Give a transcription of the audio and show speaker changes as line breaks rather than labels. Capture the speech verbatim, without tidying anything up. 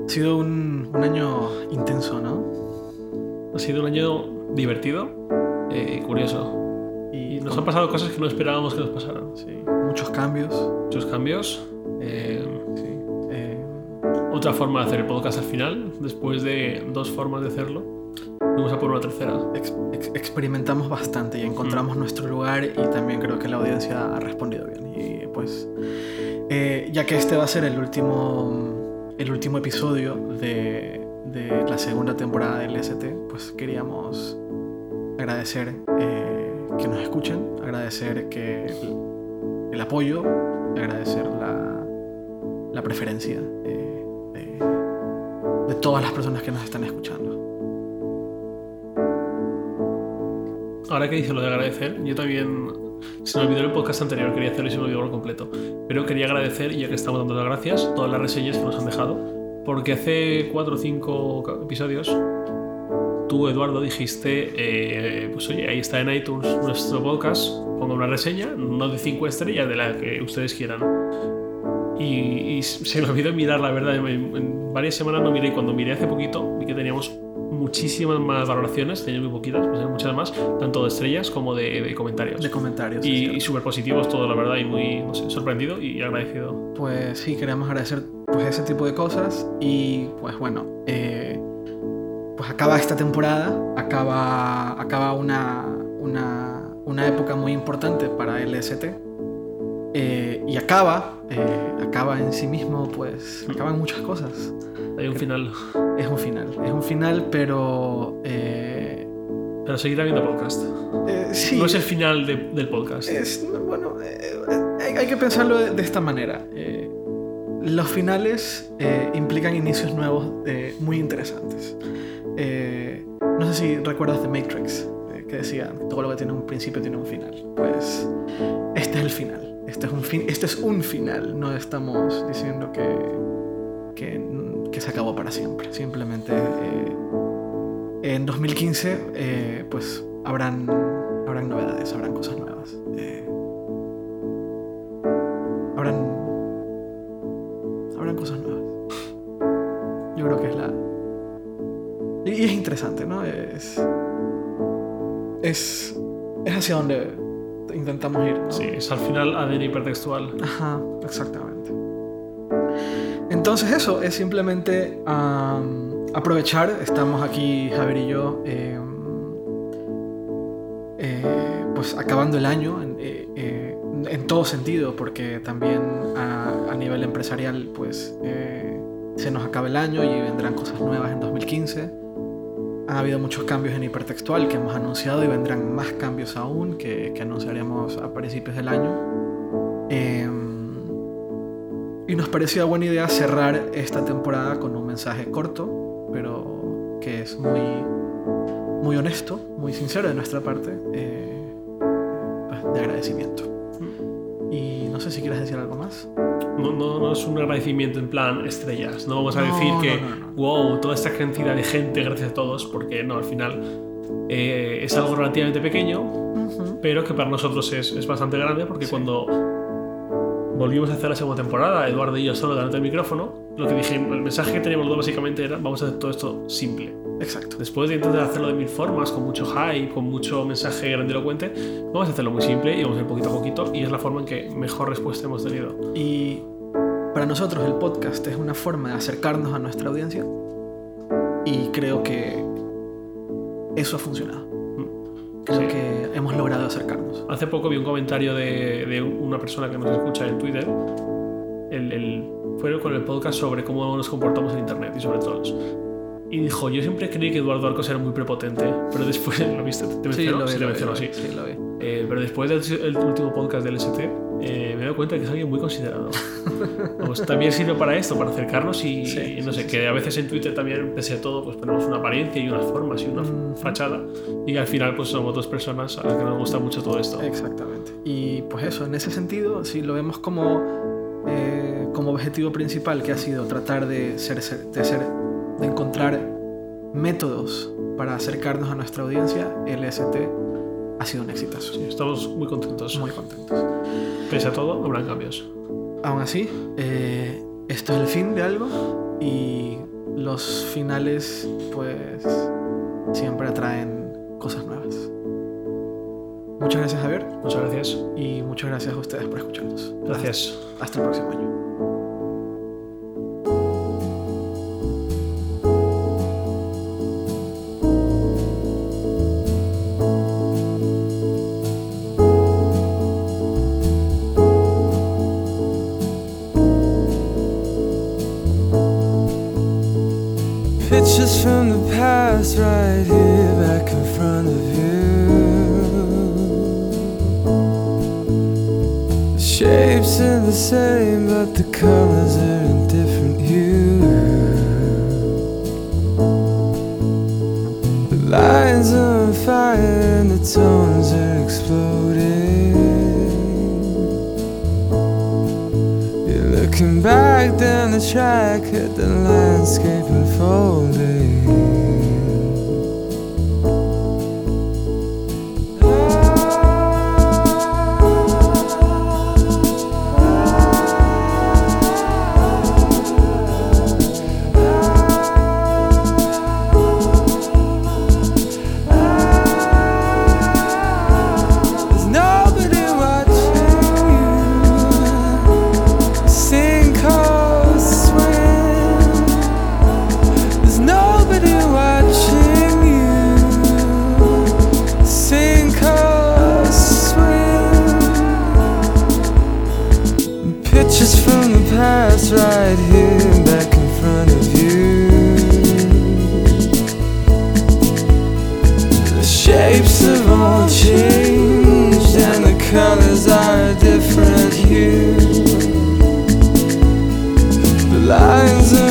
Ha sido un, un año intenso, ¿no?
Ha sido un año divertido y eh, curioso. Y nos han pasado cosas que no esperábamos que nos pasaran.
Sí, muchos cambios.
Muchos cambios. Eh,
sí. eh...
Otra forma de hacer el podcast al final, después de dos formas de hacerlo. Vamos a por una tercera.
Ex- ex- experimentamos bastante y encontramos mm. nuestro lugar, y también creo que la audiencia ha respondido bien. Y pues, eh, ya que este va a ser el último, el último episodio de, de la segunda temporada del S T, pues queríamos agradecer eh, que nos escuchen, agradecer que el, el apoyo, agradecer la, la preferencia eh, de, de todas las personas que nos están escuchando.
Ahora que dice lo de agradecer, yo también, se me olvidó el podcast anterior, quería hacerlo y se me olvidó por completo, pero quería agradecer, ya que estamos dando las gracias, todas las reseñas que nos han dejado, porque hace cuatro o cinco episodios tú, Eduardo, dijiste, eh, pues oye, ahí está en iTunes nuestro podcast, ponga una reseña, no de cinco estrellas, de la que ustedes quieran. Y, y se me olvidó mirar, la verdad, en, en varias semanas no miré, y cuando miré hace poquito vi que teníamos muchísimas más valoraciones, teníamos muy poquitas, pues muchas más, tanto de estrellas como de, de comentarios.
De comentarios.
Y, y súper positivos todo, la verdad, y muy, no sé, sorprendido y agradecido.
Pues sí, queremos agradecer pues ese tipo de cosas. Y pues bueno, eh, pues acaba esta temporada, acaba, acaba una, una, una época muy importante para el S T. Eh, y acaba, eh, acaba en sí mismo, pues acaban muchas cosas.
Hay un final.
Es un final, es un final, pero... Eh,
pero seguirá habiendo podcast.
Eh, sí.
No es el final de, del podcast.
Es, bueno, eh, hay, hay que pensarlo de, de esta manera. Eh, los finales eh, implican inicios nuevos eh, muy interesantes. Eh, no sé si recuerdas The Matrix, eh, que decía, todo lo que tiene un principio tiene un final. Pues este es el final. Este es un, fin, este es un final. No estamos diciendo que, que, que se acabó para siempre. Simplemente eh, en dos mil quince eh, pues habrán, habrán novedades, habrán cosas nuevas. Eh, habrán, habrán cosas nuevas. Yo creo que es la... Y es interesante, ¿no? Es, es, es hacia donde intentamos ir, ¿no?
Sí, es al final A D N hipertextual.
Ajá, exactamente. Entonces eso, es simplemente um, aprovechar, estamos aquí Javier y yo, eh, eh, pues acabando el año en, eh, eh, en todo sentido, porque también a, a nivel empresarial pues eh, se nos acaba el año y vendrán cosas nuevas en dos mil quince. Ha habido muchos cambios en hipertextual que hemos anunciado y vendrán más cambios aún que, que anunciaremos a principios del año. Eh, y nos parecía buena idea cerrar esta temporada con un mensaje corto, pero que es muy, muy honesto, muy sincero de nuestra parte, eh, de agradecimiento. Y no sé si quieres decir algo más.
No, no, no es un agradecimiento en plan estrellas. No vamos a
no,
decir
no,
que,
no, no, no.
wow, toda esta cantidad de gente, gracias a todos, porque no, al final eh, es algo relativamente pequeño, uh-huh. pero que para nosotros es, es bastante grande, porque sí. Cuando volvimos a hacer la segunda temporada, Eduardo y yo solo delante del micrófono, lo que dije, el mensaje que teníamos los dos básicamente era, vamos a hacer todo esto simple.
Exacto.
Después de intentar hacerlo de mil formas, con mucho hype, con mucho mensaje grandilocuente, vamos a hacerlo muy simple y vamos a ir poquito a poquito, y es la forma en que mejor respuesta hemos tenido.
Y para nosotros el podcast es una forma de acercarnos a nuestra audiencia, y creo que eso ha funcionado. Creo sí. que hemos logrado acercarnos.
Hace poco vi un comentario de, de una persona que nos escucha en Twitter. El, el, fue con el podcast sobre cómo nos comportamos en internet y sobre trolls. Y dijo, yo siempre creí que Eduardo Arcos era muy prepotente, pero después, ¿lo viste? ¿Te mencionó?
Sí, lo vi,
sí,
lo
te mencionó,
vi,
sí.
sí, lo vi.
Eh, pero después del último podcast del S T, eh, me he dado cuenta de que es alguien muy considerado. Vamos, también sirve para esto, para acercarnos y,
sí,
y no
sí,
sé,
sí,
que
sí.
a veces en Twitter también, pese a todo, pues ponemos una apariencia y unas formas y una
mm.
fachada, y al final pues somos dos personas a las que nos gusta mucho todo esto.
Exactamente. Y pues eso, en ese sentido, si lo vemos como, eh, como objetivo principal, que ha sido tratar de, ser, de, ser, de encontrar métodos para acercarnos a nuestra audiencia, el S T ha sido un exitazo.
Sí, estamos muy contentos.
Muy contentos.
Pese a todo, habrán cambios.
Aún así, eh, esto es el fin de algo, y los finales pues siempre atraen cosas nuevas. Muchas gracias, Javier.
Muchas gracias.
Y muchas gracias a ustedes por escucharnos.
Gracias.
Hasta, hasta el próximo año.
Pictures from the past right here back in front of you. The shapes are the same but the colors are in different hues. The lines are on fire and the tones are exploding. You're looking back down the track at the landscape unfolding. There's nobody watching you sink or swim. There's nobody watching you sink or swim. Pictures from the past right here back in front of you. The shapes have all changed and the colors are a different hue. The lines are